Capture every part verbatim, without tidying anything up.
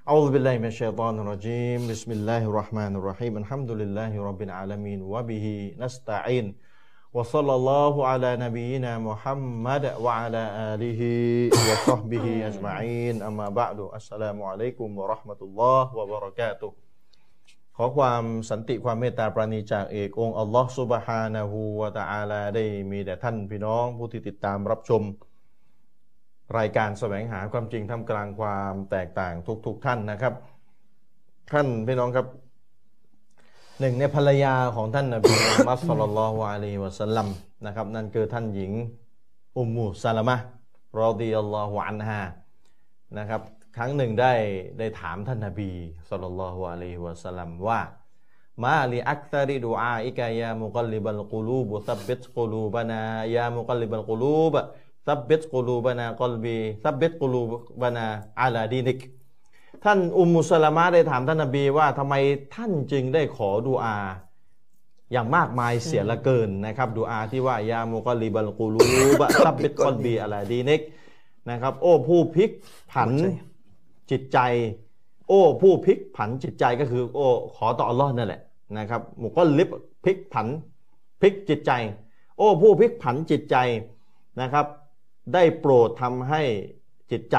أعوذ بالله من الشيطان الرجيم بسم الله الرحمن الرحيم الحمد لله رب العالمين وبه نستعين وصلى الله على نبينا محمد وعلى آله وصحبه أجمعين أما بعد السلام عليكم ورحمة الله وبركاته ขอความสันติความเมตตาปราณีจากเอกองค์อัลลอฮฺซุบฮานะฮูวะตะอาลาได้มีแด่ท่านพี่น้องผู้ที่ติดตามรับชมรายการแสวงหาความจริงท่ามกลางความแตกต่างทุกๆ ท่านนะครับท่านพี่น้องครับหนึ่งในภรรยาของท่านนบีมุฮัมมัดศ็อลลัลลอฮุอะลัยฮิวะซัลลัมนะครับนั่นคือท่านหญิงอุมมุซะละมะห์รอฎิยัลลอฮุอันฮานะครับครั้งหนึ่งได้ได้ถามท่านนบีศ็อลลัลลอฮุอะลัยฮิวะซัลลัมว่ามาลิอักซาริดุอาอิกะยามุกัลลิบัลกุลูบซับบิตกุลูบานายามุกัลลิบัลกุลูบซับบิตกุลูบานากอลบีซับบิตกุลูบานาอาลาดีนิกท่านอุมมุสลามะได้ถามท่านนบีว่าทำไมท่านจึงได้ขอดุอาอย่างมากมายเสียละเกินนะครับดุอาที่ว่ายามุกัลลิบัลกุลูบซับบิตกอลบีอาลาดีนิกนะครับโอ้ผู้พลิกผันจิตใจโอ้ผู้พลิกผันจิตใจก็คือโอ้ขอต่ออัลลอฮ์นั่นแหละนะครับมุกัลลิบพลิกผันพลิกจิตใจโอ้ผู้พลิกผันจิตใจนะครับได้โปรดทำให้จิตใจ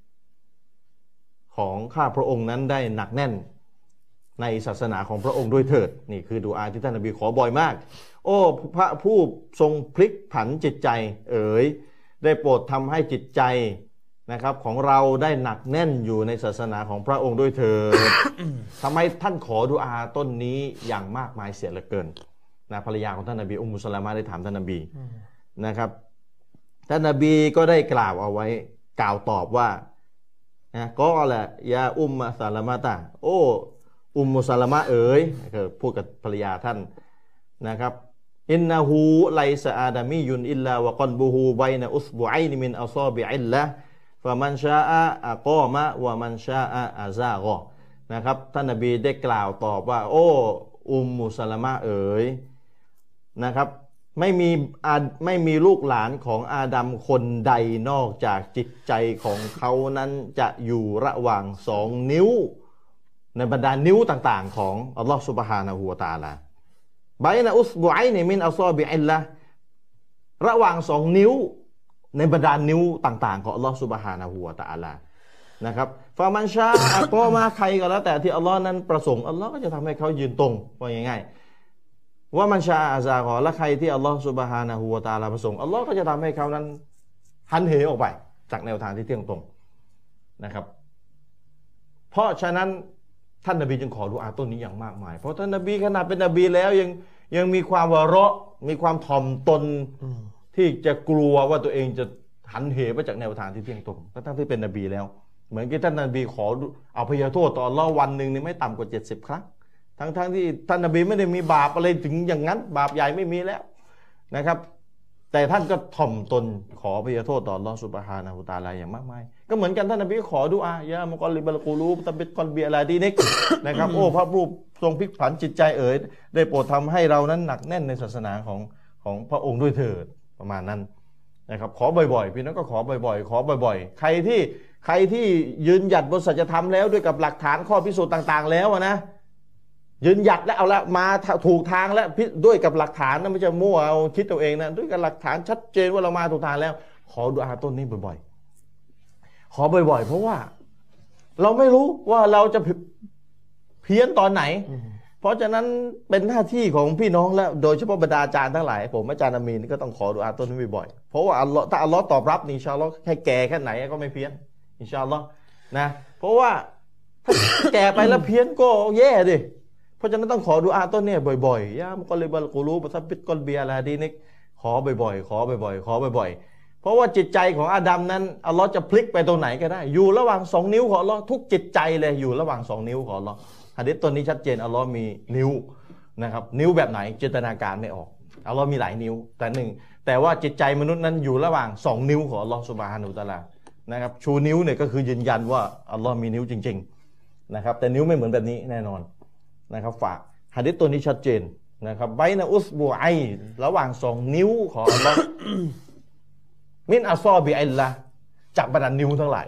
ของข้าพระองค์นั้นได้หนักแน่นในศาสนาของพระองค์ด้วยเถิดนี่คือดุอาที่ท่านนบีขอบ่อยมากโอ้พระผู้ทรงพลิกผันจิตใจเอ๋ยได้โปรดทำให้จิตใจนะครับของเราได้หนักแน่นอยู่ในศาสนาของพระองค์ด้วยเถิด ทำไมท่านขอดุอาต้นนี้อย่างมากมายเสียเหลือเกินนะภรรยาของท่านนบีอุมมุสลามะได้ถามท่านนบีนะครับท่านนบีก็ได้กล่าวเอาไว้กล่าวตอบว่านะก็แหละยาอุมมะซาลามะตาโอ้อุมมุสลามะเอ๋ยคือพูดกับภรรยาท่านนะครับอินนะฮูไลซะอาดามียุนอิลลาวะกอลบุฮูบัยนะอุสบุอัยนมินอัศอบิอิลละฟะมันชาอะอะกอมะวะมันชาอะอะซากอนะครับท่านนบีได้กล่าวตอบว่าโอ้อุมมุสลามะเอ๋ยนะครับไม่มีไม่มีลูกหลานของอาดัมคนใดนอกจากจิตใจของเขานั้นจะอยู่ระหว่างสองนิ้วในบรรดานิ้วต่างๆของอัลลอฮฺซุบฮานะฮูวะตะอาลาไบนะอุสบุอัยนิมินอัศอบิอิลละระหว่างสองนิ้วในบรรดานิ้วต่างๆของอัลลอฮฺซุบฮานะฮูวะตะอาลานะครับฟามันชาอะกอมาใครก็แล้วแต่ที่อัลลอฮ์นั้นประสงค์อัลลอฮ์ก็จะทำให้เขายืนตรงว่าง่ายๆว่ามันชาอาซากอและใครที่อัลลอฮฺซุบฮานะฮูวะตะอาลาประสงค์อัลลอฮ์ก็จะทำให้เขานั้นหันเหออกไปจากแนวทางที่เที่ยงตรงนะครับเพราะฉะนั้นท่านนบีจึงขอดุอาต้นนี้อย่างมากมายเพราะท่านนบีขนาดเป็นนบีแล้วยังยังมีความวะเราะมีความถ่อมตนที่จะกลัวว่าตัวเองจะหันเหไปจากแนวทางที่เที่ยงตรงทั้งที่เป็นนบีแล้วเหมือนกับท่านนบีขอเอาพยาโทษต่ออัลลอฮ์วันหนึ่งนี่ไม่ต่ำกว่าเจ็ดสิบครั้งทั้งๆ ท, ที่ท่านนบีไม่ได้มีบาปอะไรถึงอย่างนั้นบาปใหญ่ไม่มีแล้วนะครับแต่ท่านก็ถ่อมตนขออภัยโทษต่ออัลลอฮฺซุบฮานะฮูวะตะอาลาอย่างมากมายก็เหมือนกันท่านนบีขอดุอายะมุกัลลิบัลกุลูบตับบิตกอลบีอะลาดีนิกนะครับโอ้พระผู้ทรงพลิกผันจิตใจเอ๋ยได้โปรดทำให้เรานั้นหนักแน่นในศาสนาของของพระองค์ด้วยเถิดประมาณนั้นนะครับขอบ่อยๆพี่น้องก็ขอบ่อยๆขอบ่อยๆใครที่ใครที่ยืนหยัดบนสัจธรรมแล้วด้วยกับหลักฐานข้อพิสูจน์ต่างๆแล้วนะยืนหยัดแล้วเอาละมาถูกทางแล้วด้วยกับหลักฐานนะไม่ใช่มั่วเอาคิดตัวเองนะด้วยกับหลักฐานชัดเจนว่าเรามาถูกทางแล้วขอดุอาต้นนี้บ่อยๆขอบ่อยๆเพราะว่าเราไม่รู้ว่าเราจะเพี้ยนตอนไหนเพราะฉะนั้นเป็นหน้าที่ของพี่น้องแล้วโดยเฉพาะบรรดาอาจารย์ทั้งหลายผมอาจารย์อามีนก็ต้องขอดุอาต้นนี้บ่อยๆเพราะว่าอัลลอฮ์ถ้าอัลลอฮ์ตอบรับนี่อินชาอัลลอฮ์ให้แก่แค่ไหนก็ไม่เพี้ยนอินชาอัลลอฮ์นะเพราะว่าถ้าแก่ไปแล้วเพี้ยนก็แย่ดิเพราะฉะนั้นต้องขอดุอาต้นนี้บ่อยๆยามุกัลลิบัลกุลูบซับบิตกอลบีอะลาดีนิกขอบ่อยๆขอบ่อยๆขอบ่อยๆเพราะว่าจิตใจของอาดัมนั้นอัลลอฮ์จะพลิกไปตรงไหนก็ได้อยู่ระหว่างสองนิ้วของอัลลอฮ์ทุกจิตใจเลยอยู่ระหว่างสองนิ้วของอัลลอฮ์หะดีษตัวนี้ชัดเจนอัลลอฮ์มีนิ้วนะครับนิ้วแบบไหนจินตนาการไม่ออกอัลลอฮ์มีหลายนิ้วแต่หนึ่งแต่ว่าจิตใจมนุษย์นั้นอยู่ระหว่างสองนิ้วของอัลลอฮ์ซุบฮานะฮูวะตะอาลานะครับชูนิ้วเนี่ยก็คือยืนยันว่าอัลลอฮ์มีนิ้วจริงๆนะครับแต่นิ้วไม่เหมือนแบบนี้แน่นอนนะครับฝากหะดีษตัวนี้ชัดเจนนะครับไบนะอุสบุอัยระหว่างสองนิ้วของอัลลอฮ์มินอัศอบิอิลละจากบรรดานิ้วทั้งหลาย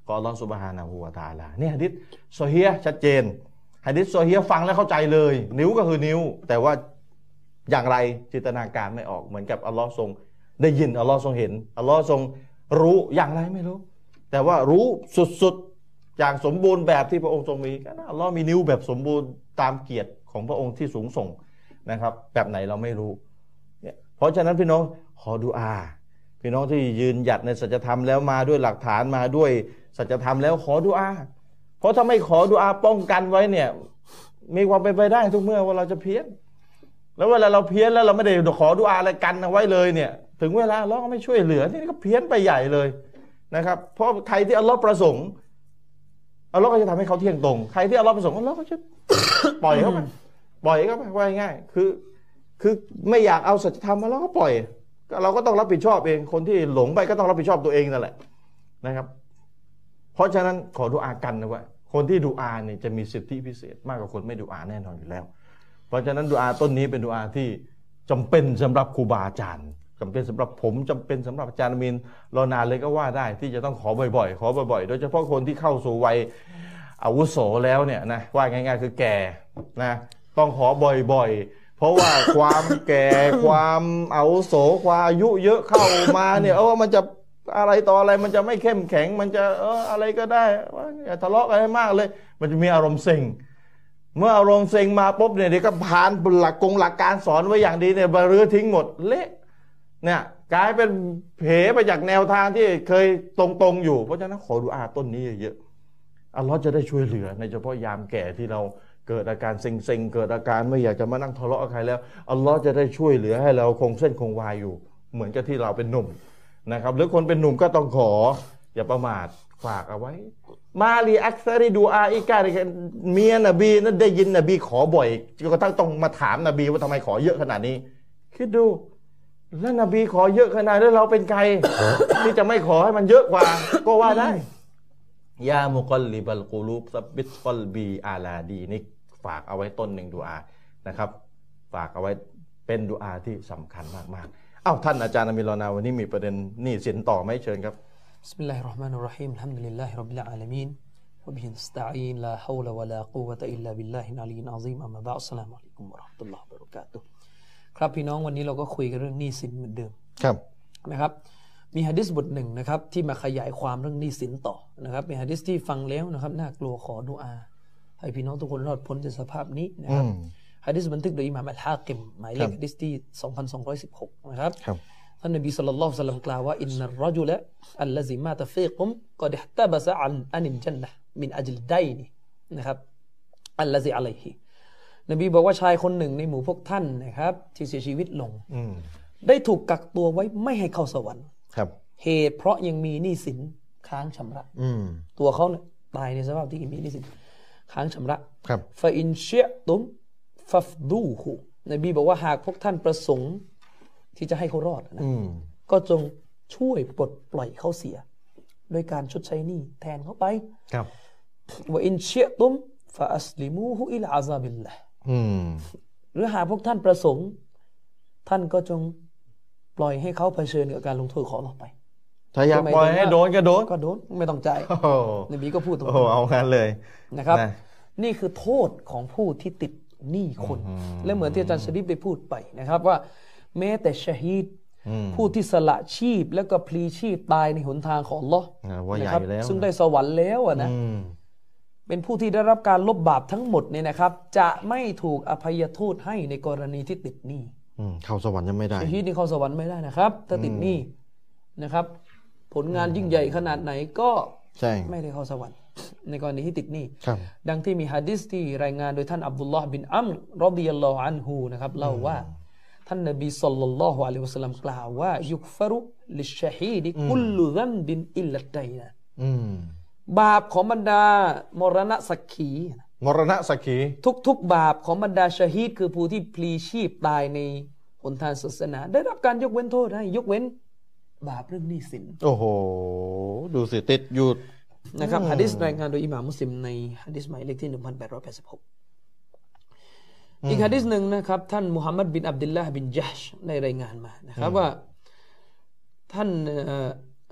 ของอัลลอฮฺซุบฮานะฮูวะตะอาลาเนี่ยหะดีษซอฮีฮ์ชัดเจนหะดีษซอฮีฮ์ฟังแล้วเข้าใจเลยนิ้วก็คือนิ้วแต่ว่าอย่างไรจินตนาการไม่ออกเหมือนกับอัลลอฮ์ทรงได้ยินอัลลอฮ์ทรงเห็นอัลลอฮ์ทรงรู้อย่างไรไม่รู้แต่ว่ารู้สุดๆอย่างสมบูรณ์แบบที่พระองค์ทรงมีก็อัลลอฮ์มีนิ้วแบบสมบูรณ์ตามเกียรติของพระองค์ที่สูงส่งนะครับแบบไหนเราไม่รู้เนี่ยเพราะฉะนั้นพี่น้องขอดุอาพี่น้องที่ยืนหยัดในสัจธรรมแล้วมาด้วยหลักฐานมาด้วยสัจธรรมแล้วขอดุอาเพราะถ้าไม่ขอดุอาป้องกันไว้เนี่ยมีความเป็นไปได้ทุกเมื่อว่าเราจะเพี้ยนแล้วเวลาเราเพี้ยนแล้วเราไม่ได้ขอดุอาอะไรกันเอาไว้เลยเนี่ยถึงเวลาอัลเลาะห์ก็ไม่ช่วยเหลือนี่ก็เพี้ยนไปใหญ่เลยนะครับเพราะใครที่อัลเลาะห์ประสงค์อัลเลาะห์ก็จะทำให้เขาเที่ยงตรงใครที่อัลเลาะห์ประสงค์อัลเลาะห์ก็จะ ปล่อยเขาไปปล่อยเขาไปว่าง่ายคือคือไม่อยากเอาสัจธรรมมาแล้วก็ปล่อยเราก็ต้องรับผิดชอบเองคนที่หลงไปก็ต้องรับผิดชอบตัวเองนั่นแหละนะครับเพราะฉะนั้นขอดุอากันนะว่าคนที่ดุอาเนี่ยจะมีสิทธิพิเศษมากกว่าคนไม่ดุอาแน่นอนอยู่แล้วเพราะฉะนั้นดุอาต้นนี้เป็นดุอาที่จำเป็นสำหรับครูบาอาจารย์จำเป็นสำหรับผมจำเป็นสำหรับอาจารย์อามีนรอนานเลยก็ว่าได้ที่จะต้องขอบ่อยๆขอบ่อยๆโดยเฉพาะคนที่เข้าสู่วัยอาวุโสแล้วเนี่ยนะว่าง่ายๆคือแก่นะต้องขอบ่อยๆเพราะว่าความแก่ความอาวุโสความอายุเยอะเข้ามาเนี่ยเออมันจะอะไรต่ออะไรมันจะไม่เข้มแข็งมันจะเอออะไรก็ได้ว่าอย่าทะเลาะกันให้มากเลยมันจะมีอารมณ์เซ็งเมื่ออารมณ์เซ็งมาปุ๊บเนี่ยเดี๋ยวก็ผ่านหลักกงหลักการสอนไว้อย่างดีเนี่ยบรื้อทิ้งหมดเละเนี่ยกลายเป็นเผลไปจากแนวทางที่เคยตรงๆอยู่เพราะฉะนั้นขอดุอาต้นนี้เยอะๆอัลเลาะห์จะได้ช่วยเหลือในเฉพาะยามแก่ที่เราเกิดอาการเซ็งๆเกิดอาการไม่อยากจะมานั่งทะเลาะกับใครแล้วอัลเลาะห์จะได้ช่วยเหลือให้เราคงเส้นคงวาอยู่เหมือนกับที่เราเป็นหนุ่มนะครับหรือคนเป็นหนุ่มก็ต้องขออย่าประมาทฝากเอาไว้มาลีอักซาริดูอาอิกาเมียนบีนั้นได้ยินนบีขอบ่อยจนกระทั่งต้องมาถามนบีว่าทำไมขอเยอะขนาดนี้คิดดูแล้วนบีขอเยอะขนาดนี้เราเป็นใคร ที่จะไม่ขอให้มันเยอะกว่าก็ว่าได้ยามุกัลลิบัลกุลูบซับบิตกอลบีอาลาดีนิกฝากเอาไว้ต้นหนึ่งดุอานะครับฝากเอาไว้เป็นดุอาที่สำคัญมากๆอ้าวท่านอาจารย์อามีรอนาวันนี้มีประเด็นนี่สินต่อไหมเชิญครับบิสมิลลาฮิรเราะห์มานิรเราะฮีมอัลฮัมดุลิลลาฮิร็อบบิลอาละมีนวะบิฮินัสตะอีนลาฮาวละวะลากุวะตะอิลลาบิลลาฮิลอะลียอะซีมอัมมาบะอัสสลามุอะลัยกุมวะเราะห์มะตุลลอฮิวะบะเราะกาตุฮ์ครับพี่น้องวันนี้เราก็คุยกันเรื่องหนี้สินเหมือนเดิมครับนะครับมีหะดีษบทหนึ่งนะครับที่มาขยายความเรื่องหนี้สินต่อนะครับเป็นหะดีษที่ฟังแล้วนะครับน่ากลัวขอดุอาให้พี่น้องทุกคนรอดพ้นจากสภาพนี้นะครับหะดีษบันทึกโดยอิหม่ามอัลฮากิมหมายเลขหะดีษที่สองพันสองร้อยสิบหกนะครับท่านนบีศ็อลลัลลอฮุอะลัยฮิวะซัลลัมกล่าวว่าอินนัรรจุละอัลลซีมาตะฟีกุมกอดอิฮตะบะซะอันอันิลญันนะห์มินอัจลดัยนนะครับอัลลซีอะลัยฮินบีบอกว่าชายคนหนึ่งในหมู่พวกท่านนะครับที่เสียชีวิตลงได้ถูกกักตัวไว้ไม่ให้เข้าสวรรค์ครับเหตุเพราะยังมีหนี้สินค้างชำระตัวเขาเนี่ยตายในสภาพที่มีหนี้สินค้างชำระครับฟาอินเชียตุมฟัฟดูฮูนบีบอกว่าหากพวกท่านประสงค์ที่จะให้เขารอดนะก็จงช่วยปลดปล่อยเขาเสียโดยการชดใช้หนี้แทนเขาไปครับว่าอินเชียตุมฟาอัสลิมูฮูอิลาอาซาบิลละหรือหากพวกท่านประสงค์ท่านก็จงปล่อยให้เขาเผชิญกับการลงโทษของเราไปถ้าอยากปล่อยให้โดนก็โดนก็โดนไม่ต้องจ่ายนบีก็พูดตรงๆเอางั้นเลยนะครับนี่คือโทษของผู้ที่ติดหนี้คนและเหมือนที่อาจารย์ชริฟได้พูดไปนะครับว่าแม้แต่ชะฮีดผู้ที่สละชีพแล้วก็พลีชีพตายในหนทางของอัลเลาะห์นะครับซึ่งได้สวรรค์แล้วนะเป็นผู้ที่ได้รับการลบบาปทั้งหมดเนี่ยนะครับจะไม่ถูกอภัยโทษให้ในกรณีที่ติดหนี้เข้าสวรรค์ยังไม่ได้ชะฮีดนี่เข้าสวรรค์ไม่ได้นะครับถ้าติดหนี้นะครับผลงานยิ่งใหญ่ขนาดไหนก็ไม่ได้เข้าสวรรค์ในกรณีที่ติดหนี้ดังที่มีหะดีษที่รายงานโดยท่านอับดุลลอฮ์บินอัมรรอฎิยัลลอฮุอันฮุนะครับเล่าว่าท่านนบีศ็อลลัลลอฮุอะลัยฮิวะซัลลัมกล่าวว่ายุกฟรุลิชชะฮีดกุลลุซัมบินอิลลัดดัยนะบาปของบรรดามรณะสักขีมรณะสักขีทุกๆบาปของบรรดาชะฮีดคือผู้ที่พลีชีพตายในหนทางศาสนาได้รับการยกเว้นโทษให้ยกเว้นบาปเรื่องหนี้สินโอ้โหดูสิติดอยู่นะครับหะดีษรายงานโดยอิหม่ามมุสลิมในหะดีษหมายเลขที่หนึ่งพันแปดร้อยแปดสิบหกอีกหะดีษหนึ่งนะครับท่านมุฮัมมัดบินอับดุลลาห์บินญะชได้รายงานมานะครับว่าท่าน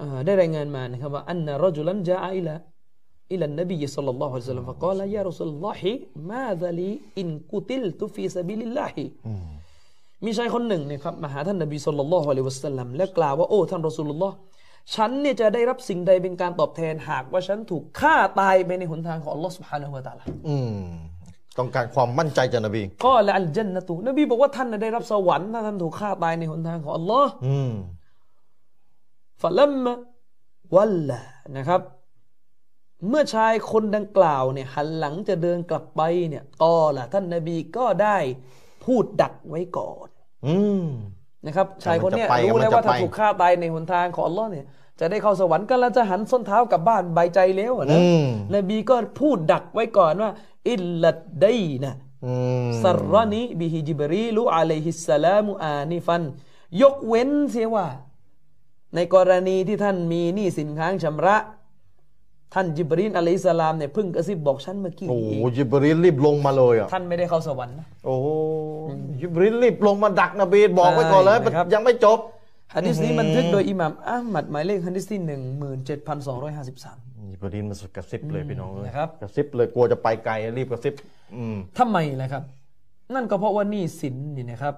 ได้รายงานมานะครับว่าอันนะรจุลันจาอะอิลาอิลันนบีศ็อลลัลลอฮุอะลัยฮิวะซัลลัมฟะกาลยารอซูลุลลอฮิมาซาลีอินกุติลตุฟีซะบิลิลลาฮิมีชายคนหนึ่งนะครับมาหาท่านนบีศ็อลลัลลอฮุอะลัยฮิวะซัลลัมและกล่าวว่าโอ้ท่านรอซูลุลลอฮ์ฉันเนี่ยจะได้รับสิ่งใดเป็นการตอบแทนหากว่าฉันถูกฆ่าตายไปในหนทางของอัลลอฮ์ซุบฮานะฮูวะตะอาลาอืมต้องการความมั่นใจจากนบีก็ละอัลญันนะตุนบีบอกว่าท่านได้รับสวรรค์ถ้าท่านถูกฆ่าตายในหนทางของอัลลอฮ์อืมฟะลัมมะวัลลานะครับเมื่อชายคนดังกล่าวเนี่ยหันหลังจะเดินกลับไปเนี่ยก็ล่ะท่านนบีก็ได้พูดดักไว้ก่อนอืมนะครับชายคนนี้รู้แล้วว่าถ้าถูกฆ่าตายในหนทางของอัลลอฮ์เนี่ยจะได้เข้าสวรรค์ก็แล้วจะหันส้นเท้ากลับบ้านใบใจแล้วนะนบีก็พูดดักไว้ก่อนว่าอิลลัดไดนะซัรรอนีบิฮิจิบรีลุอะลัยฮิสสลามุอานิฟันยกเว้นเสียว่าในกรณีที่ท่านมีหนี้สินค้างชำระท่านจิบรีลอะลัยฮิสสลามเนี่ยเพิ่งกระซิบบอกฉันเมื่อกี้โอ้จิบรีลรีบลงมาเลยอ่ะท่านไม่ได้เข้าสวรรค์นะโอ้จิบรีลรีบลงมาดักนบีบอกไว้ก่อนเลยยังไม่จบหะดีษนี้บันทึกโดยอิหม่ามอะห์มัดหมายเลขหะดีษที่ หนึ่งหมื่นเจ็ดพันสองร้อยห้าสิบสามจิบรีลมากระซิบเลยพี่น้องเลยนะครับกระซิบเลยกลัวจะไปไกลรีบกระซิบอืมทำไมล่ะครับนั่นก็เพราะว่าหนี้สินนี่นะครับ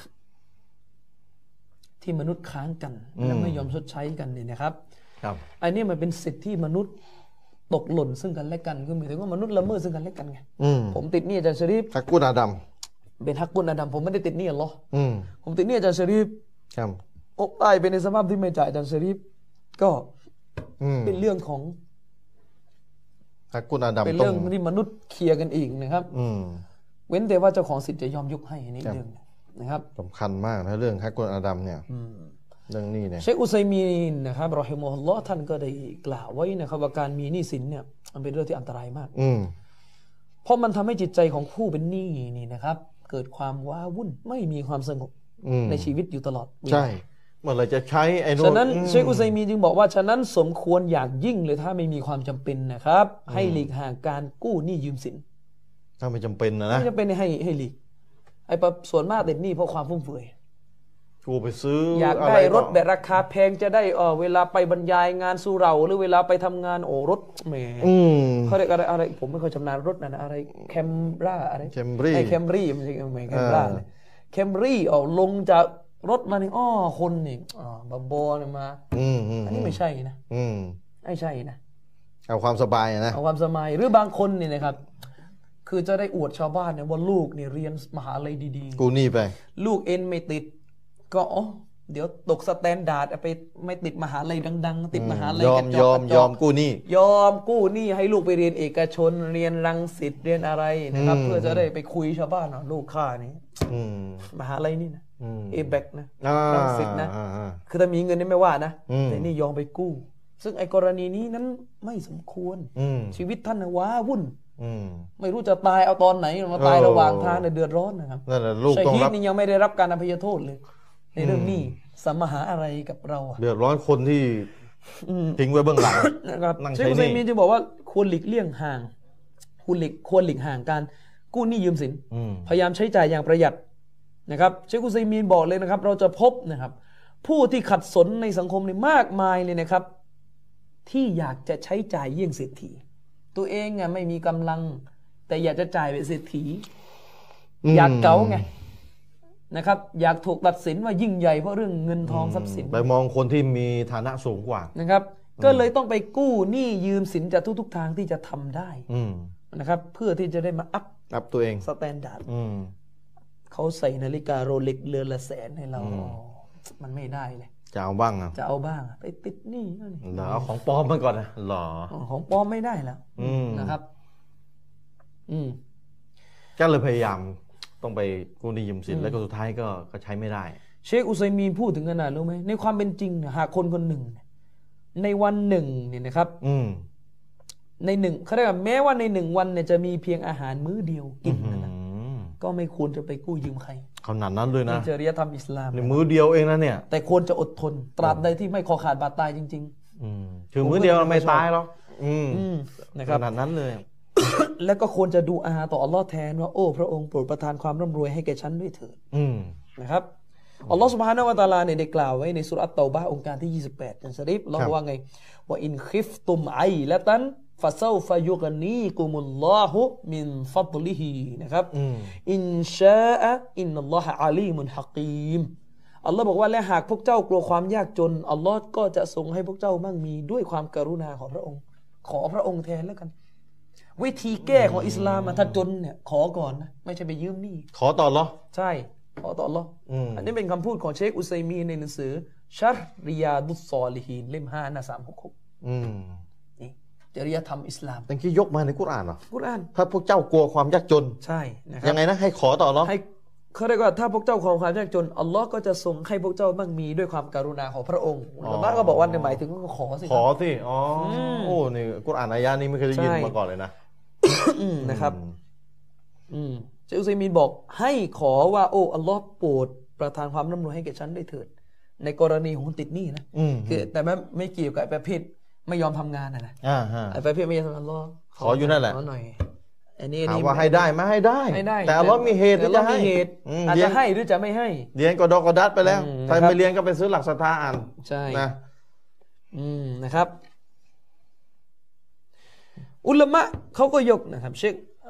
ที่มนุษย์ค้างกันและไม่ยอมชดใช้กันนี่นะครับครับอันนี้มันเป็นสิทธิที่มนุษย์ตกหล่นซึ่งกันและกันคือหมายถึงว่ามนุษย์ละเมิดซึ่งกันและกันไงผมติดหนี้อาจารย์ชะรีฟฮักกุนอาดัมเป็นฮักกุนอาดัมผมไม่ได้ติดหนี้อัลเลาะห์อืมผมติดหนี้อาจารย์ชะรีฟครับอกตายไปในสภาพที่ไม่จ่ายอาจารย์ชะรีฟก็เป็นเรื่องของฮักกุนอาดัมเป็นเรื่องที่มนุษย์เคลียร์กันเองนะครับเว้นแต่ว่าเจ้าของสิทธิ์จะยอมยกให้นี่เรื่องนะครับสำคัญมากนะเรื่องฮักกุนอาดัมเนี่ยเรื่องนี้เนี่ยเชคอุซัยมีนนะครับรอฮิมะฮุลลอฮ์ท่านก็ได้กล่าวไว้นะครับว่าการมีหนี้สินเนี่ยมันเป็นเรื่องที่อันตรายมากเพราะมันทำให้จิตใจของผู้เป็นหนี้นี่นะครับเกิดความว้าวุ่นไม่มีความสงบในชีวิตอยู่ตลอดใช่เมื่อไรจะใช้ไอ้นู่นฉะนั้นเชคอุซัยมีนจึงบอกว่าฉะนั้นสมควรอย่างยิ่งเลยถ้าไม่มีความจำเป็นนะครับให้หลีกห่างการกู้หนี้ยืมสินถ้าไม่จำเป็นนะนะไม่จำเป็นให้ให้หลีกไอ้ส่วนมากติดหนี้เพราะความฟุ่มเฟือยกูไปซื้ออยากได้รถแบบราคาแพงจะได้เออเวลาไปบรรยายงานสุเหร่าหรือเวลาไปทำงานโอ้รถแหมเขาเรียกอะไรอะไรผมไม่ค่อยชำนาญรถนะนะอะไรแคมร่าอะไรแคมรี่ไอ้แคมรี่ไม่ใช่ไม่แคมร่าเลยแคมรี่เอาลงจากรถมานี่อ้อคนนี่อ๋อบับบอเนี่ยมาอันนี้ไม่ใช่นะไม่ใช่นะเอาความสบายนะเอาความสบายหรือบางคนนี่นะครับคือจะได้อวดชาวบ้านเนี่ยว่าลูกเนี่ยเรียนมหาลัยดีๆกูนี่ไปลูกเอ็นไม่ติดก็อ๋อเดี๋ยวตกสแตนดาร์ดไปไม่ติดมหาลัยดังๆติดมหาลัยกระจอกยอมกู้หนี้ยอมกู้หนี้ให้ลูกไปเรียนเอกชนเรียนรังสิตเรียนอะไรนะครับเพื่อจะได้ไปคุยชาวบ้านเนาะลูกข้านี่มหาลัยนี่นะเอแบกนะรังสิตนะคือถ้ามีเงินนี่ไม่ว่านะแต่นี่ยอมไปกู้ซึ่งไอ้กรณีนี้นั้นไม่สมควรชีวิตท่านว้าวุ่นไม่รู้จะตายเอาตอนไหนมาตายระหว่างทางเนี่ยเดือดร้อนนะครับชัยฮีดนี่ยังไม่ได้รับการอภัยโทษเลยในเรื่องนี้สัมมหาอะไรกับเราเดือดร้อนคนที่ทิ้งไว้เบื้องหลังนะครับเชคอุซัยมีนจะบอกว่าควรหลีกเลี่ยงห่างควรหลีกควรหลีกห่างการกู้หนี้ยืมสินพยายามใช้จ่ายอย่างประหยัดนะครับเชคอุซัยมีนบอกเลยนะครับเราจะพบนะครับผู้ที่ขัดสนในสังคมนี่มากมายเลยนะครับที่อยากจะใช้จ่ายเยี่ยงเศรษฐีตัวเองไงไม่มีกำลังแต่อยากจะจ่ายเป็นเศรษฐีอยากเก๋าไงนะครับอยากถูกตัดสินว่ายิ่งใหญ่เพราะเรื่องเงินทองทรัพย์สินไปมองคนที่มีฐานะสูงกว่านะครับก็เลยต้องไปกู้หนี้ยืมสินจากทุกๆทางที่จะทำได้นะครับเพื่อที่จะได้มาอัพอัพตัวเองสแตนดาร์ดเขาใส่นาฬิกาโรเล็กเรือนละแสนให้เรามันไม่ได้เลยจะเอาบ้างอ่ะจะเอาบ้างไปติดหนี้นั่นเหรอเอาของปลอมมาก่อนนะหรอของปลอมไม่ได้แล้วนะครับอืมก็เลยพยายามต้องไปกู้หนี้ยืมสินแล้วก็สุดท้ายก็ก็ใช้ไม่ได้เชคอุซัยมีนพูดถึงขนาดรู้ไหมในความเป็นจริงเนี่ยหากคนคนหนึ่งในวันหนึ่งเนี่ยนะครับในหนึ่งเขาเรียกว่าแม้ว่าในหนึ่งวันเนี่ยจะมีเพียงอาหารมื้อเดียวกินนะก็ไม่ควรจะไปกู้ยืมใครขนาดนั้นเลยนะจริยธรรมอิสลามในมื้อเดียวเองนะเนี่ยแต่ควรจะอดทนตราบใดที่ไม่คอขาดบาดตายจริงๆถึงมื้อเดียวไม่ตายหรอกนะครับขนาดนั้นเลยแล้วก็ควรจะดูอาต่ออัลลอฮ์แทนว่าโอ้พระองค์โปรดประทานความร่ำรวยให้แก่ฉันด้วยเถิดนะครับอัลลอฮฺ سبحانه และ تعالى เนี่ยได้กล่าวไว้ในซูเราะห์อัตเตาบะห์องค์การที่ยี่สิบแปดอันชะรีฟอัลลอฮฺว่าไงว่าอินคิฟตุมไอละตันฟะซอฟะยุกนีกุมุลลอฮุมินฟัฎลิฮินะครับอินชาอะอินนัลลอฮะอะลีมุนฮะกีมอัลลอฮ์บอกว่าและหากพวกเจ้ากลัวความยากจนอัลลอฮ์ก็จะทรงให้พวกเจ้ามั่งมีด้วยความกรุณาของพระองค์ขอพระองค์แทนแล้วกันวิธีแก้ของอิสลามถ้าจนเนี่ยขอก่อนนะไม่ใช่ไปยืมหนี้ขอต่อเหรอใช่ขอต่ออัลลอฮ์อันนี้เป็นคำพูดของเชคอุซัยมีนในหนังสือชัรริยาดุสซอลิฮีนเล่มห้าหน้าสามหกหกนี่จริยธรรมอิสลามตั้งที่ยกมาในกุรอานเหรอกุรอานถ้าพวกเจ้ากลัวความยากจนใช่นะครับยังไงนะให้ขอต่อเหรอให้เขาเรียกว่าถ้าพวกเจ้าความความยากจนอัลลอฮ์ก็จะทรงให้พวกเจ้ามั่งมีด้วยความกรุณาของพระองค์อัลลอฮ์ก็บอกว่าในหมายถึงก็ขอสิขอสิอ๋อโอ้นี่กุรอานอายะนี้ไม่เคยได้ยินมาก่อนเลยนะนะครับอืมเชคอุซัยมีนบอกให้ขอว่าโอ้อัลลอฮ์โปรดประทานความร่ำรวยให้แก่ฉันได้เถิดในกรณีของติดหนี้นะคือแต่ไม่ไม่เกี่ยวกับประเภทไม่ยอมทำงานนะนะไอ้ประเภทไม่ยอมทำงานอัลลอฮ์ขออยู่นั่นแหละขอหน่อยอันนี้ถามว่าให้ได้ไหมให้ได้แต่อัลลอฮ์มีเหตุที่จะให้อาจจะให้หรือจะไม่ให้เรียนกอดอกอดัดไปแล้วใครไม่เรียนก็ไปซื้อหลักศรัทธาอ่านใช่นะอืมนะครับอุลามะเขาก็ยกนะครับเชค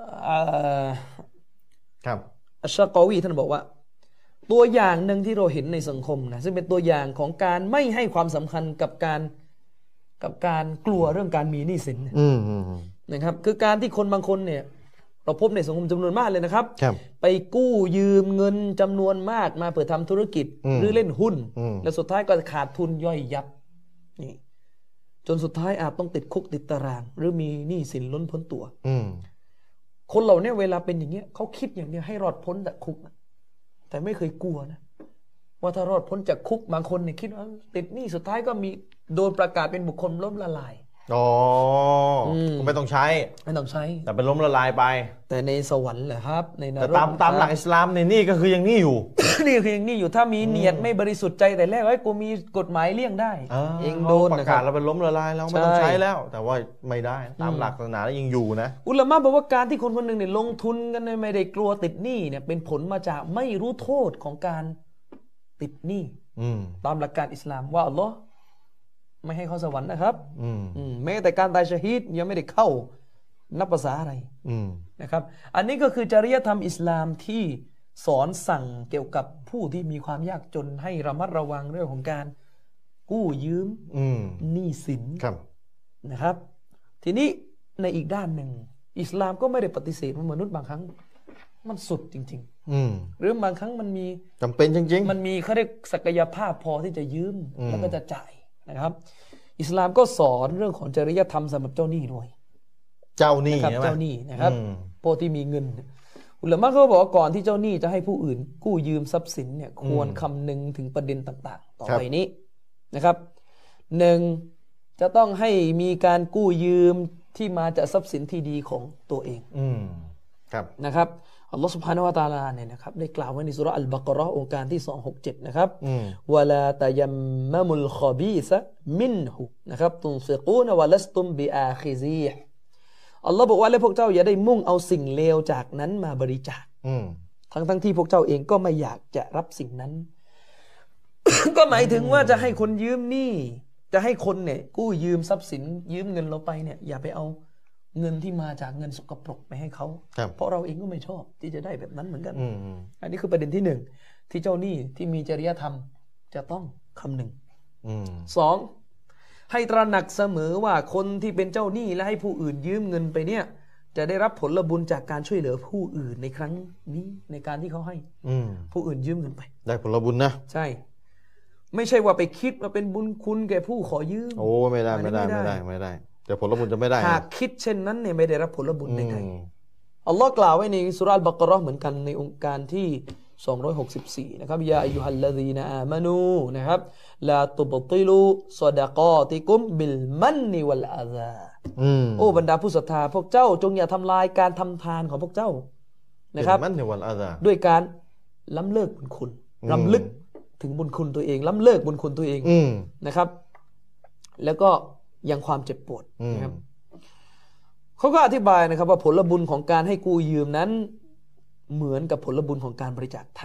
ครับอัชชะกอวีท่านบอกว่าตัวอย่างหนึ่งที่เราเห็นในสังคมนะซึ่งเป็นตัวอย่างของการไม่ให้ความสำคัญกับการกับการกลัวเรื่องการมีหนี้สินนะครับคือการที่คนบางคนเนี่ยเราพบในสังคมจำนวนมากเลยนะครับไปกู้ยืมเงินจำนวนมากมาเพื่อทำธุรกิจหรือเล่นหุ้นและสุดท้ายก็ขาดทุนย่อยยับนี่จนสุดท้ายอาจต้องติดคุกติดตารางหรือมีหนี้สินล้นพ้นตัวคนเหล่านี้เวลาเป็นอย่างเงี้ยเขาคิดอย่างเดียวให้รอดพ้นจากคุกแต่ไม่เคยกลัวนะว่าถ้ารอดพ้นจากคุกบางคนเนี่ยคิดว่าติดหนี้สุดท้ายก็มีโดนประกาศเป็นบุคคลล้มละลายอ๋อไม่ต้องใช้ไม่ต้องใช้แต่เป็นล้มละลายไปแต่ในสวรรค์แหละครับในนรกแต่ตามตามหลักอิสลามในนี่ก็คือยังนี่อยู่นี่คือยังนี่อยู่ถ้ามีเนียดไม่บริสุทธิ์ใจแต่แรกไว้กูมีกฎหมายเลี่ยงได้เองโดนประกาศเราเป็นล้มละลายแล้วไม่ต้องใช้แล้วแต่ว่าไม่ได้ตามหลักศาสนาแล้วยังอยู่นะอุลามะบอกว่าการที่คนคนหนึ่งเนี่ยลงทุนกันไม่ได้กลัวติดหนี้เนี่ยเป็นผลมาจากไม่รู้โทษของการติดหนี้ตามหลักการอิสลามว่าอัลลอฮ์ไม่ให้เข้าสวรรค์นะครับแม้แต่การตายชะฮีดยังไม่ได้เข้านับภาษาอะไรนะครับอันนี้ก็คือจริยธรรมอิสลามที่สอนสั่งเกี่ยวกับผู้ที่มีความยากจนให้ระมัดระวังเรื่องของการกู้ยืมหนี้สินนะครับทีนี้ในอีกด้านหนึ่งอิสลามก็ไม่ได้ปฏิเสธว่ามนุษย์บางครั้งมันสุดจริงๆหรือบางครั้งมันมีจำเป็นจริงๆมันมีเขาเรียกศักยภาพพอที่จะยืมแล้วก็จะจ่ายนะครับอิสลามก็สอนเรื่องของจริยธรรมสำหรับเจ้าหนี้ด้วยเจ้าหนี้นะครับเจ้าหนี้นะครับพวกที่มีเงินอุลามะเขาบอกว่าก่อนที่เจ้าหนี้จะให้ผู้อื่นกู้ยืมทรัพย์สินเนี่ยควรคำนึงถึงประเด็นต่างๆต่อไปนี้นะครับหนึ่งจะต้องให้มีการกู้ยืมที่มาจากทรัพย์สินที่ดีของตัวเองนะครับอัลลอฮฺ سبحانه และ تعالى เนี่ยนะครับได้กล่าวไว้ในซูเราะห์อัลบะเกาะเราะห์องค์การที่สองร้อยหกสิบเจ็ดนะครับวะลาตะยัมมะมุลคอบีซะมินฮุนะครับตุนฟิกูนวะลัสตุมบิอาคิซีฮ์อัลลอฮ์บอกว่าและพวกเจ้าอย่าได้มุ่งเอาสิ่งเลวจากนั้นมาบริจาคทั้งทั้งที่พวกเจ้าเองก็ไม่อยากจะรับสิ่งนั้น ก็หมายถึงว่าจะให้คนยืมหนี้จะให้คนเนี่ยกู้ยืมทรัพย์สินยืมเงินเราไปเนี่ยอย่าไปเอาเงินที่มาจากเงินสกปรกไปให้เขาเพราะเราเองก็ไม่ชอบที่จะได้แบบนั้นเหมือนกันอันนี้คือประเด็นที่หนึ่งที่เจ้าหนี้ที่มีจริยธรรมจะต้องคำนึงสองให้ตระหนักเสมอว่าคนที่เป็นเจ้าหนี้และให้ผู้อื่นยืมเงินไปเนี่ยจะได้รับผลบุญจากการช่วยเหลือผู้อื่นในครั้งนี้ในการที่เขาให้ผู้อื่นยืมเงินไปได้ผลบุญนะใช่ไม่ใช่ว่าไปคิดว่าเป็นบุญคุณแก่ผู้ขอยืมโอ้ไม่ได้ไม่ได้ไม่ได้ไม่ได้แต่ผลบุญจะไม่ได้หากคิดเช่นนั้นเนี่ยไม่ได้รับผลบุญใดๆอัลลอฮ์กล่าวไว้ในซูเราะห์อัลบะเกาะเราะห์เหมือนกันในองค์การที่สองร้อยหกสิบสี่นะครับยาอัยยูฮัลลซีนาอามานูนะครับลาตุบติลูซอดะกอติกุมบิลมันนิวัลอาซาโอ้บรรดาผู้ศรัทธาพวกเจ้าจงอย่าทำลายการทำทานของพวกเจ้านะครับด้วยการล้ำเลิกบุญคุณรำลึกถึงบุญคุณตัวเองล้ำเลิกบุญคุณตัวเองนะครับแล้วก็ยังความเจ็บปวดนะครับเขาก็อธิบายนะครับว่าผลบุญของการให้กู้ยืมนั้นเหมือนกับผลบุญของการบริจาคทาน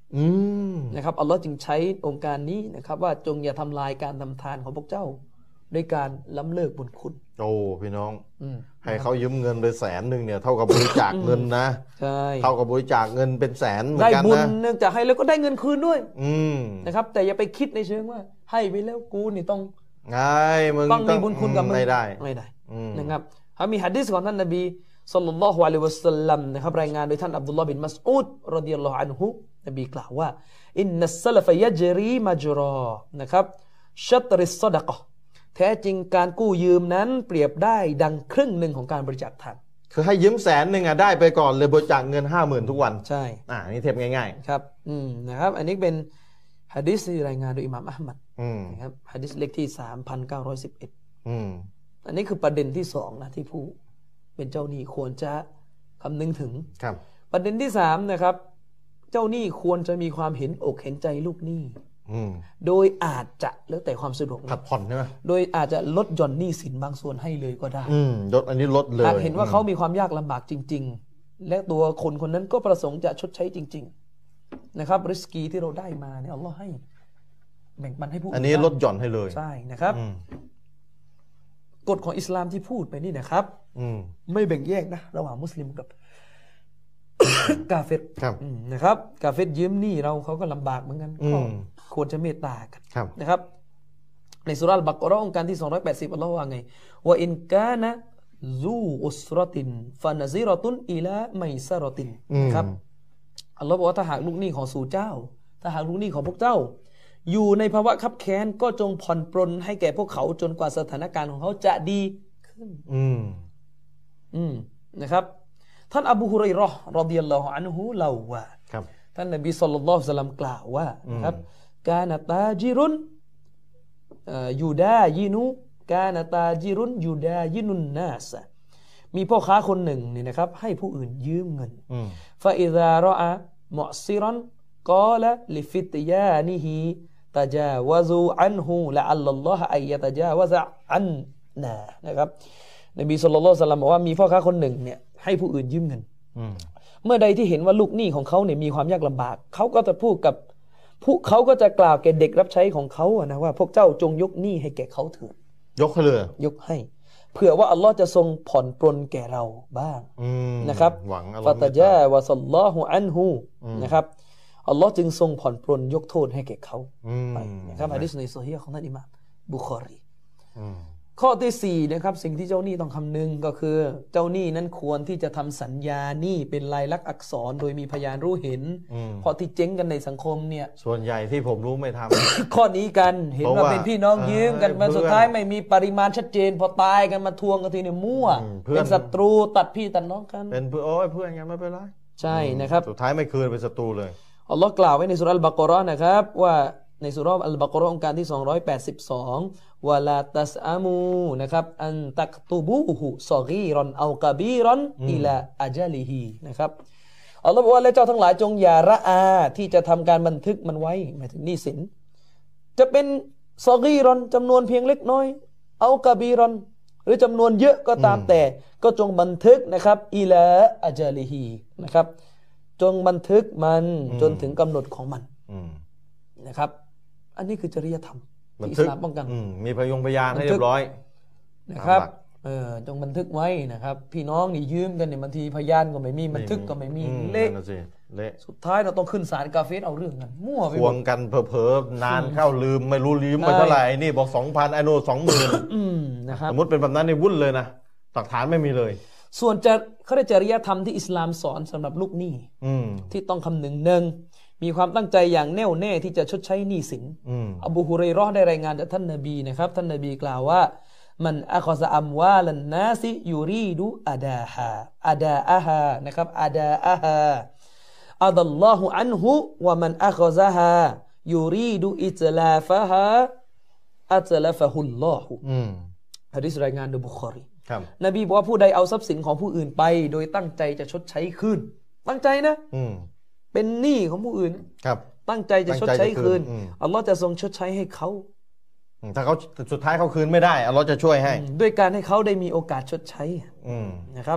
นะครับอัลลอฮ์จึงใช้องค์การนี้นะครับว่าจงอย่าทำลายการทำทานของพวกเจ้าด้วยการล้ำเลิกบุญคุณโอ้พี่น้องให้เขายืมเงินไปแสนหนึ่งเนี่ยเท่ากับบริจาคเงินนะใช่เท่ากับบริจาคเงินเป็นแสนเหมือนกันนะได้บุญเนื่องจากให้แล้วก็ได้เงินคืนด้วยอืนะครับแต่อย่าไปคิดในเชิงว่าให้ไปแล้วกูนี่ต้องไงมึงต้องมีบุญคุณกับมึงไม่ได้ไม่ได้นะครับเขามีหะดีษของท่านนบีศ็อลลัลลอฮุอะลัยฮิวะซัลลัมนะครับรายงานโดยท่านอับดุลลอฮ์บินมัสอูดรอฎิยัลลอฮุอันฮุนบีกล่าวว่าอินนัสซะลฟยะจรีมัจรอนะครับชัตริสซอดะกะห์แท้จริงการกู้ยืมนั้นเปรียบได้ดังครึ่งหนึ่งของการบริจาคทานคือให้ยืมแสนหนึ่งอ่ะได้ไปก่อนเลยบริจาคเงินห้าหมื่นทุกวันใช่อ่านี่เทียบง่ายๆครับอืมนะครับอันนี้เป็นหะดีษที่รายงานโดยอิหม่ามอะห์มัดนะครับหะดีษเลขที่ สามพันเก้าร้อยสิบเอ็ดอืมอันนี้คือประเด็นที่สองนะที่ผู้เป็นเจ้าหนี้ควรจะคำนึงถึงครับประเด็นที่สามนะครับเจ้าหนี้ควรจะมีความเห็นอกเห็นใจลูกหนี้โดยอาจจะแล้วแต่ความสะดวกผัดผ่อนใช่ไหมโดยอาจจะลดหย่อนหนี้สินบางส่วนให้เลยก็ได้อืมลดอันนี้ลดเลยหากเห็นว่าเขามีความยากลำบากจริงๆและตัวคนคนนั้นก็ประสงค์จะชดใช้จริงๆนะครับริสกีที่เราได้มาเนี่ยอัลลอฮ์ให้แบ่งปันให้ผู้อื่นอันนี้ลดหย่อนให้เลยใช่นะครับกฎของอิสลามที่พูดไปนี่นะครับไม่แบ่งแยกนะระหว่างมุสลิมกับกาเฟรนะครับกาเฟรยืมหนี้เราเขาก็ลำบากเหมือนกันก็ควรจะเมตตากันนะครับในสุราะห์อัลบักเราะห์องค์การที่สองร้อยแปดสิบอัลเลาะห์ว่าไงว่าอินกานะซูอุสรตินฟะนะซิรตุนอิลาไมซะรตินนะครับอัลเลาะห์บอกว่าถ้าหากลูกหนี้ของสู่เจ้าถ้าหากลูกหนี้ของพวกเจ้าอยู่ในภาวะคับแค้นก็จงผ่อนปรนให้แก่พวกเขาจนกว่าสถานการณ์ของเขาจะดีขึ้นอืมอืมนะครับท่านอบูฮุรัยเราะห์รอฎิยัลลอฮุอันฮุเล่าว่าท่านนบีศ็อลลัลลอฮุอะลัยฮิวะซัลลัมกล่าวว่านะครับกานะตาจิรุนยูดายินุกานะตาจิรุนยูดายินุนนาสมีพ่อค้าคนหนึ่งนี่นะครับให้ผู้อื่นยืมเงินฟาอิซารออะมุอซิรันกอละลิฟิตยานิฮิตะจาวะซูอันฮุละอัลลัลลอฮะอัยยะตะจาวะซะอันนานะครับนบีศ็อลลัลลอฮุอะลัยฮิวะซัลลัมบอกว่ามีพ่อค้าคนหนึ่งเนี่ยให้ผู้อื่นยืมเงินเมื่อใดที่เห็นว่าลูกหนี้ของเขาเนี่ยมีความยากลำบากเขาก็จะพูดกับผู้เขาก็จะกล่าวแก่เด็กรับใช้ของเขาอะนะว่าพวกเจ้าจงยกหนี้ให้แก่เขาเถิดยกให้เลยยกให้เผื่อว่าอัลลอฮ์จะทรงผ่อนปรนแก่เราบ้างนะครับฟาตะจาวะซัลลอฮุอันฮุนะครับอัลลอฮ์จึงทรงผ่อนปรนยกโทษให้แก่เขาไปนะครับหะดีษในซอฮีฮ์ของท่านอิหม่ามบุคอรีข้อที่สี่นะครับสิ่งที่เจ้าหนี้ต้องคำนึงก็คือเจ้าหนี้นั้นควรที่จะทำสัญญาหนี้เป็นลายลักษณ์อักษรโดยมีพยานรู้เห็นเพราะที่เจ๊งกันในสังคมเนี่ยส่วนใหญ่ที่ผมรู้ไม่ทำข้อนี้กันเห็นว่าเป็นพี่น้องยืมกันมาสุดท้ายไม่มีปริมาณชัดเจนพอตายกันมาทวงกันทีเนี่ยมั่วเป็นศัตรูตัดพี่ตัดน้องกันเป็นเพื่อนโอ้ยเพื่อนยังไม่เป็นไรใช่นะครับสุดท้ายไม่คืนเป็นศัตรูเลยอัลลอฮ์กล่าวไว้ในสุราะห์อัลบะเกาะเราะห์นะครับว่าในสุราะห์อัลบะเกาะเราะห์องค์การที่สองร้อยแปดสิบสองวะลาตัสอามูนะครับอันตักตุบูฮุศอกีรอนเอากะบีรอนอิลาอะญะลิฮินะครับอัลลอฮ์บอกว่าและเจ้าทั้งหลายจงอย่าระอาที่จะทำการบันทึกมันไว้หมายถึงหนี้สินจะเป็นศอกีรอนจำนวนเพียงเล็กน้อยเอากะบีรอนหรือจำนวนเยอะก็ตามแต่ก็จงบันทึกนะครับอิลาอะญะลิฮินะครับจงบันทึกมันจนถึงกำหนดของมันนะครับอันนี้คือจริยธรรมที่อิสลามป้องกันมีพยงพยานให้เรียบร้อยนะครับเออจงบันทึกไว้นะครับพี่น้องนี่ยืมกันเนี่ยบางทีพยานก็ไม่มีบันทึกก็ไม่มีเละสุดท้ายเราต้องขึ้นศาลกาเฟสเอาเรื่องกันมั่วไปทวงกันเผลอๆนานเข้าลืมไม่รู้ลืมไปเท่าไหร่นี่บอกสองพันไอโน่สองหมื่นนะครับสมมติเป็นแบบนั้นในวุ่นเลยนะหลักฐานไม่มีเลยส่วนจะเขาได้จริยธรรมที่อิสลามสอนสำหรับลูกหนี้ที่ต้องคำนึงหนึ่งมีความตั้งใจอย่างแน่วแน่ที่จะชดใช้หนี้สินอบูฮุรัยเราะห์ได้รายงานจากท่านนบีนะครับท่านนบีกล่าวว่ามันอัคซะอัมวาลันนาซิยูรีดูอาดาฮาอาดาอะฮานะครับอาดาอะฮาอัดัลลอฮุอันฮุวะมันอัคซะฮายูรีดูอิตลาฟะฮาอัตลาฟะฮุลลอฮุหะดีษรายงานโดยบุคอรีนบีบอกว่าผู้ใดเอาทรัพย์สินของผู้อื่นไปโดยตั้งใจจะชดใช้คืนตั้งใจนะเป็นหนี้ของผู้อื่นตั้งใจจะชดใช้คืนอัลลอฮ์จะทรงชดใช้ให้เขาถ้าเขาสุดท้ายเขาคืนไม่ได้อัลลอฮ์จะช่วยให้ด้วยการให้เขาได้มีโอกาสชดใช้นะครับ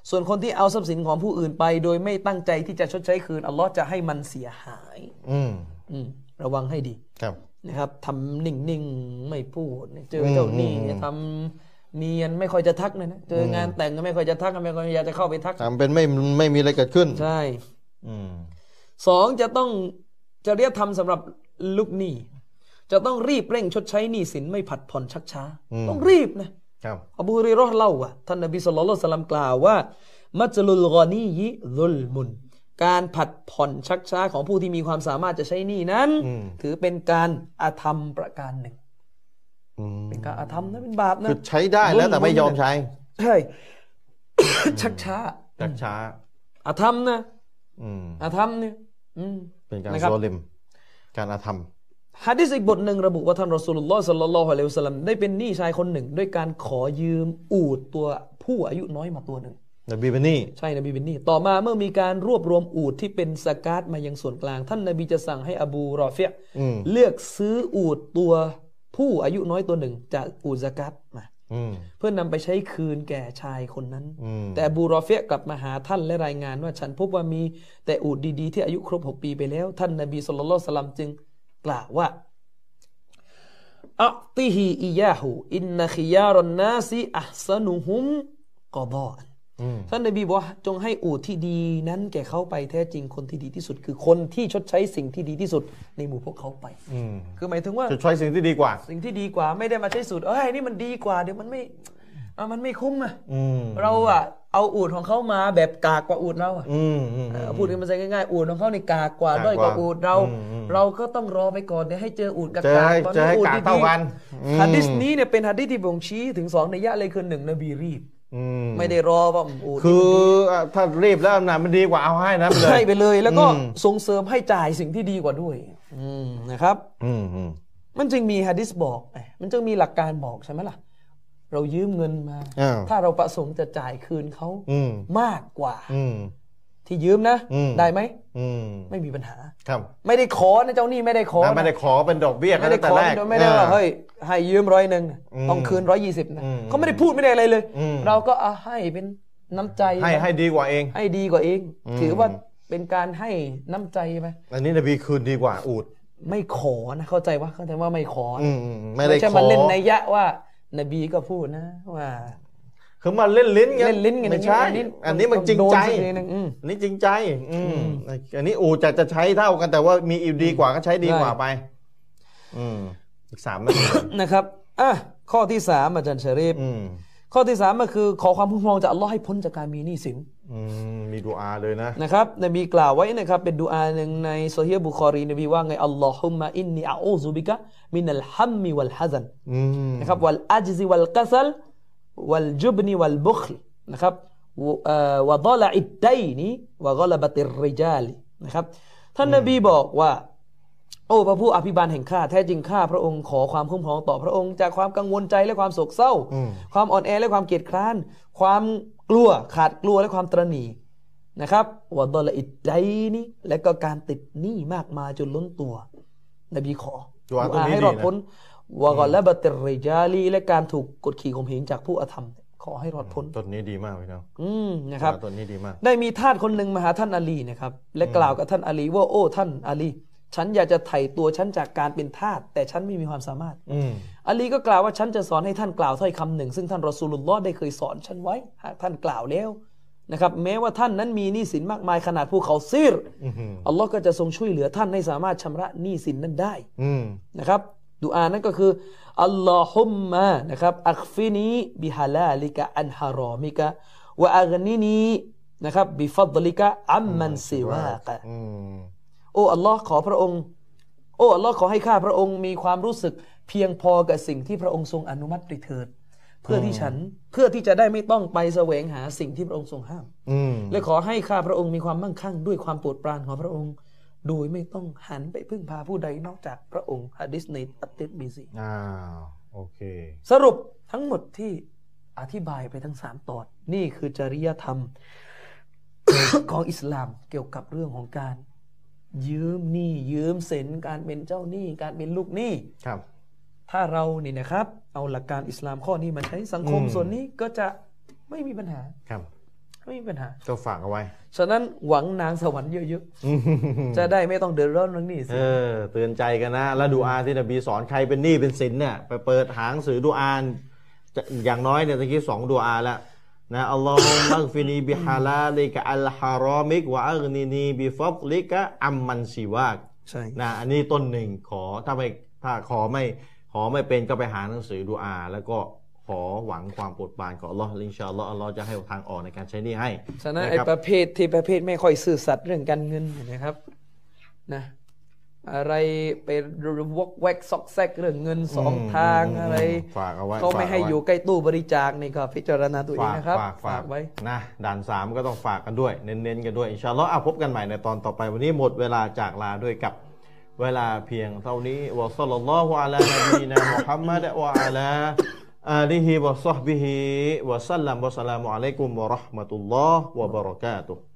ส่วนคนที่เอาทรัพย์สินของผู้อื่นไปโดยไม่ตั้งใจที่จะชดใช้คืนอัลลอฮ์จะให้มันเสียหายอืมอืมระวังให้ดีครับนะครับทำนิ่งๆไม่พูดเจอเจ้าหนี้ทำเนียนไม่ค่อยจะทักเลยนะเจองานแต่งก็ไม่ค่อยจะทักไม่ค่อยอยากจะเข้าไปทักทำเป็นไม่ไม่มีอะไรเกิดขึ้นใช่สองจะต้องจริยธรรมสำหรับลูกหนี้จะต้องรีบเร่งชดใช้หนี้สินไม่ผัดผ่อนชักช้าต้องรีบนะครับอบูฮุรอยเราะห์เล่าว่าท่านนบีศ็อลลัลลอฮุอะลัยฮิวะซัลลัมกล่าวว่ามัจลุลฆอนียิซุลมุนการผัดผ่อนชักช้าของผู้ที่มีความสามารถจะใช้หนี้นั้นถือเป็นการอาธรรมประการหนึ่งเป็นการอาธรรมนะเป็นบาปนะคือใช้ได้แล้วแต่ไม่ยอมใช้ใช่ชักช้าชักช้าอาธรรมนะอาธรรมเนี่ยเป็นการซอลิมการอาธรรมหะดีษอีกบทหนึ่งระบุว่าท่านรอซูลุลลอฮ์ศ็อลลัลลอฮุอะลัยฮิวะซัลลัมได้เป็นหนี้ชายคนหนึ่งด้วยการขอยืมอูฐตัวผู้อายุน้อยมาตัวหนึ่งนบีเป็นหนี้ใช่นบีเป็นหนี้ต่อมาเมื่อมีการรวบรวมอูฐที่เป็นซะกาตมายังส่วนกลางท่านนบีจะสั่งให้อบูรอฟิอ์เลือกซื้ออูฐตัวผู้อายุน้อยตัวหนึ่งจากอูฐซะกาตมาเพื่อนำไปใช้คืนแก่ชายคนนั้นแต่อบูรอฟิอ์กลับมาหาท่านและรายงานว่าฉันพบว่ามีแต่อูฐดีๆที่อายุครบหกปีไปแล้วท่านนบีศ็อลลัลลอฮุอะลัยฮิวะซัลลัมจึงกล่าวว่าอัติฮีอิยาฮูอินนะคิยารันนาซิอัห์ซะนุฮุมกอฎอท่านนบีบอกว่าจงให้อูฐที่ดีนั้นแก่เขาไปแท้จริงคนที่ดีที่สุดคือคนที่ชดใช้สิ่งที่ดีที่สุดในหมู่พวกเขาไปคือหมายถึงว่าชดใช้สิ่งที่ดีกว่าสิ่งที่ดีกว่าไม่ได้มาใช้สูตรเอ้ยนี่มันดีกว่าเดี๋ยวมันไม่มันไม่คุ้มอ่ะเราอ่ะเอาอูฐของเขามาแบบกากกว่าอูฐเราอ่ะพูดกันมาใส่ง่ายๆอูฐของเขาในกากกว่าด้อยกว่าอูฐเราเราก็ต้องรอไปก่อนเดี๋ยวให้เจออูฐกากตอนนี้อูฐที่ดีหะดีษนี้เนี่ยเป็นหะดีษที่บ่งชี้ถึงสองนัยยะเลยคือหนึ่งนบีรีบไม่ได้รอว่าอูฐคือถ้ารีบแล้วอำนาจมันดีกว่าเอาให้นะเลยให้ไปเลยแล้วก็ส่งเสริมให้จ่ายสิ่งที่ดีกว่าด้วยนะครับมันจึงมีหะดีษบอกมันจึงมีหลักการบอกใช่ไหมล่ะเรายืมเงินมาถ้าเราประสงค์จะจ่ายคืนเขามากกว่าที่ยืมนะได้ไหมไม่มีปัญหาครับไม่ได้ขอนะเจ้าหนี้ไม่ได้ขอไม่ได้ขอเป็นดอกเบี้ยไม่ได้ขอไม่ได้ว่าเฮ้ยให้ยืมร้อยหนึ่งต้องคืนร้อยยี่สิบนะเขาไม่ได้พูดไม่ได้อะไรเลยเราก็เอาให้เป็นน้ำใจให้ให้ดีกว่าเองให้ดีกว่าเองถือว่าเป็นการให้น้ำใจไหมอันนี้นบีคืนดีกว่าอูฐไม่ขอนะเข้าใจว่าเข้าใจว่าไม่ขอไม่ได้ขอไม่ใช่มาเล่นนัยยะว่านบีก็พูดนะว่าคือมาเล่นลิ้นไงเล่นลิ้นไงไม่ใช่อันนี้มันจริงใจอันนี้จริงใจอันนี้อูจะจะใช้เท่ากันแต่ว่ามีอีดีกว่าก็ใช้ดีกว่าไปอีกสามนาทีนะครับอ่ะข้อที่สามอาจารย์ชะรีฟข้อที่สามก็คือขอความคุ้มครองจากอัลลอฮ์ให้พ้นจากการมีหนี้สินมีดุอาเลยนะนะครับนบีกล่าวไว้นะครับเป็นดุอาหนึ่งในซอฮีฮ์บุคอรีนบีว่าไงอัลลอฮุมมะอินนีอะอูซุบิกะมินัลฮัมมิวัลฮะซันนะครับวัลอัจซิวัลกัซลวัลจุบนีวัลบุคลนะครับวะฎอลอิดดัยนีวะฆลบะติรริญาลนะครับท่านนบีบอกว่าโอ้พระผู้อภิบาลแห่งข้าแท้จริงข้าพระองค์ขอความคุ้มครองต่อพระองค์จากความกังวลใจและความโศกเศร้าความอ่อนแอและความเกียจคร้านความกลัวขาดกลัวและความตระหนี่นะครับวะฎอลอิดดัยนีและก็การติดหนี้มากมายจนล้นตัวนบีขอดุอาให้รอดพ้นวะฆลบะติรริญาลและการถูกกดขี่ข่มเหงจากผู้อธรรมขอให้รอดพ้นต้นนี้ดีมากพี่น้องอืมนะครับต้นนี้ดีมากได้มีทาสคนหนึ่งมาหาท่านอาลีนะครับและกล่าวกับท่านอาลีว่าโอ้ท่านอาลีฉันอยากจะไถ่ตัวฉันจากการเป็นทาสแต่ฉันไม่มีความสามารถอาลีก็กล่าวว่าฉันจะสอนให้ท่านกล่าวถ้อยคำหนึ่งซึ่งท่านรอซูลุลลอฮ์ได้เคยสอนฉันไว้หากท่านกล่าวแล้วนะครับแม้ว่าท่านนั้นมีหนี้สินมากมายขนาดภูเขาซีรอัลลอฮ์ก็จะทรงช่วยเหลือท่านให้สามารถชำระหนี้สินนั้นได้นะครับดุอานั้นก็คืออัลลอฮุมมะนะครับอักฟินีบิฮาลาลิกะอันฮารอมิกะวะอักนีนีนะครับบิฟัดลิกะอัมมันซิวากะโอ้อัลลอฮ์ขอพระองค์โอ้อัลลอฮ์ขอให้ข้าพระองค์มีความรู้สึกเพียงพอกับสิ่งที่พระองค์ทรงอนุมัติด้วยเถิดเพื่อที่ฉันเพื่อที่จะได้ไม่ต้องไปแสวงหาสิ่งที่พระองค์ทรงห้ามและขอให้ข้าพระองค์มีความมั่งคั่งด้วยความโปรดปรานของพระองค์โดยไม่ต้องหันไปพึ่งพาผู้ใดนอกจากพระองค์หะดีษในอัตติรมิซีอ้าวโอเคสรุปทั้งหมดที่อธิบายไปทั้งสามตอนนี่คือจริยธรรม ของอิสลามเกี่ยวกับเรื่องของการยืมหนี้ยืมสินการเป็นเจ้าหนี้การเป็นลูกหนี้ครับถ้าเรานี่นะครับเอาหลักการอิสลามข้อนี้มาใช้สังคมส่วนนี้ก็จะไม่มีปัญหาครับไม่มีปัญหาก็ฝากเอาไว้ฉะนั้นหวังนางสวรรค์เยอะๆจะได้ไม่ต้องเดือดร้อนเรื่องนี้สิเออเตือนใจกันนะแล้วดูอาที่นบีสอนใครเป็นหนี้เป็นสินเนี่ยไปเปิดหาหนังสือดูอาอย่างน้อยเนี่ยตะกี้สองดูอาแล้วนะอัลลอฮุมักฟินีบิฮาลาลิกะอัลฮารอมิกวะอักนีนีบิฟัดลิกะอัมมันซิวากใช่นะอันนี้ต้นหนึ่งขอถ้าไม่ถ้าขอไม่ขอไม่เป็นก็ไปหาหนังสือดูอาแล้วก็ขอหวังความโปรดปรานของอัลลอฮ์อินชาอัลลอฮ์อัลลอฮ์จะให้ทางออกในการใช้หนี้ให้ฉะนั้นไอ้ประเภทที่ประเภทไม่ค่อยซื่อสัตย์เรื่องการเงินนะครับนะอะไรไปวกแวกซอกแซกเรื่องเงินสองทางอะไรฝากเอาไว้เขาไม่ให้อยู่ใกล้ตู้บริจาคนี่ก็พิจารณาตัวเองนะครับฝากไว้นะด่านสามก็ต้องฝากกันด้วยเน้นๆกันด้วยอินชาอัลลอฮ์เอาพบกันใหม่ในตอนต่อไปวันนี้หมดเวลาจากลาด้วยกับเวลาเพียงเท่านี้วะศ็อลลัลลอฮุอะลานบีนะมุฮัมมัดวะอะลาอาลิฮิวะศอฮบิฮิวะซัลลัมวะสลามุอะลัยกุมวะเราะห์มะตุลลอฮ์วะบะเราะกาตุฮ์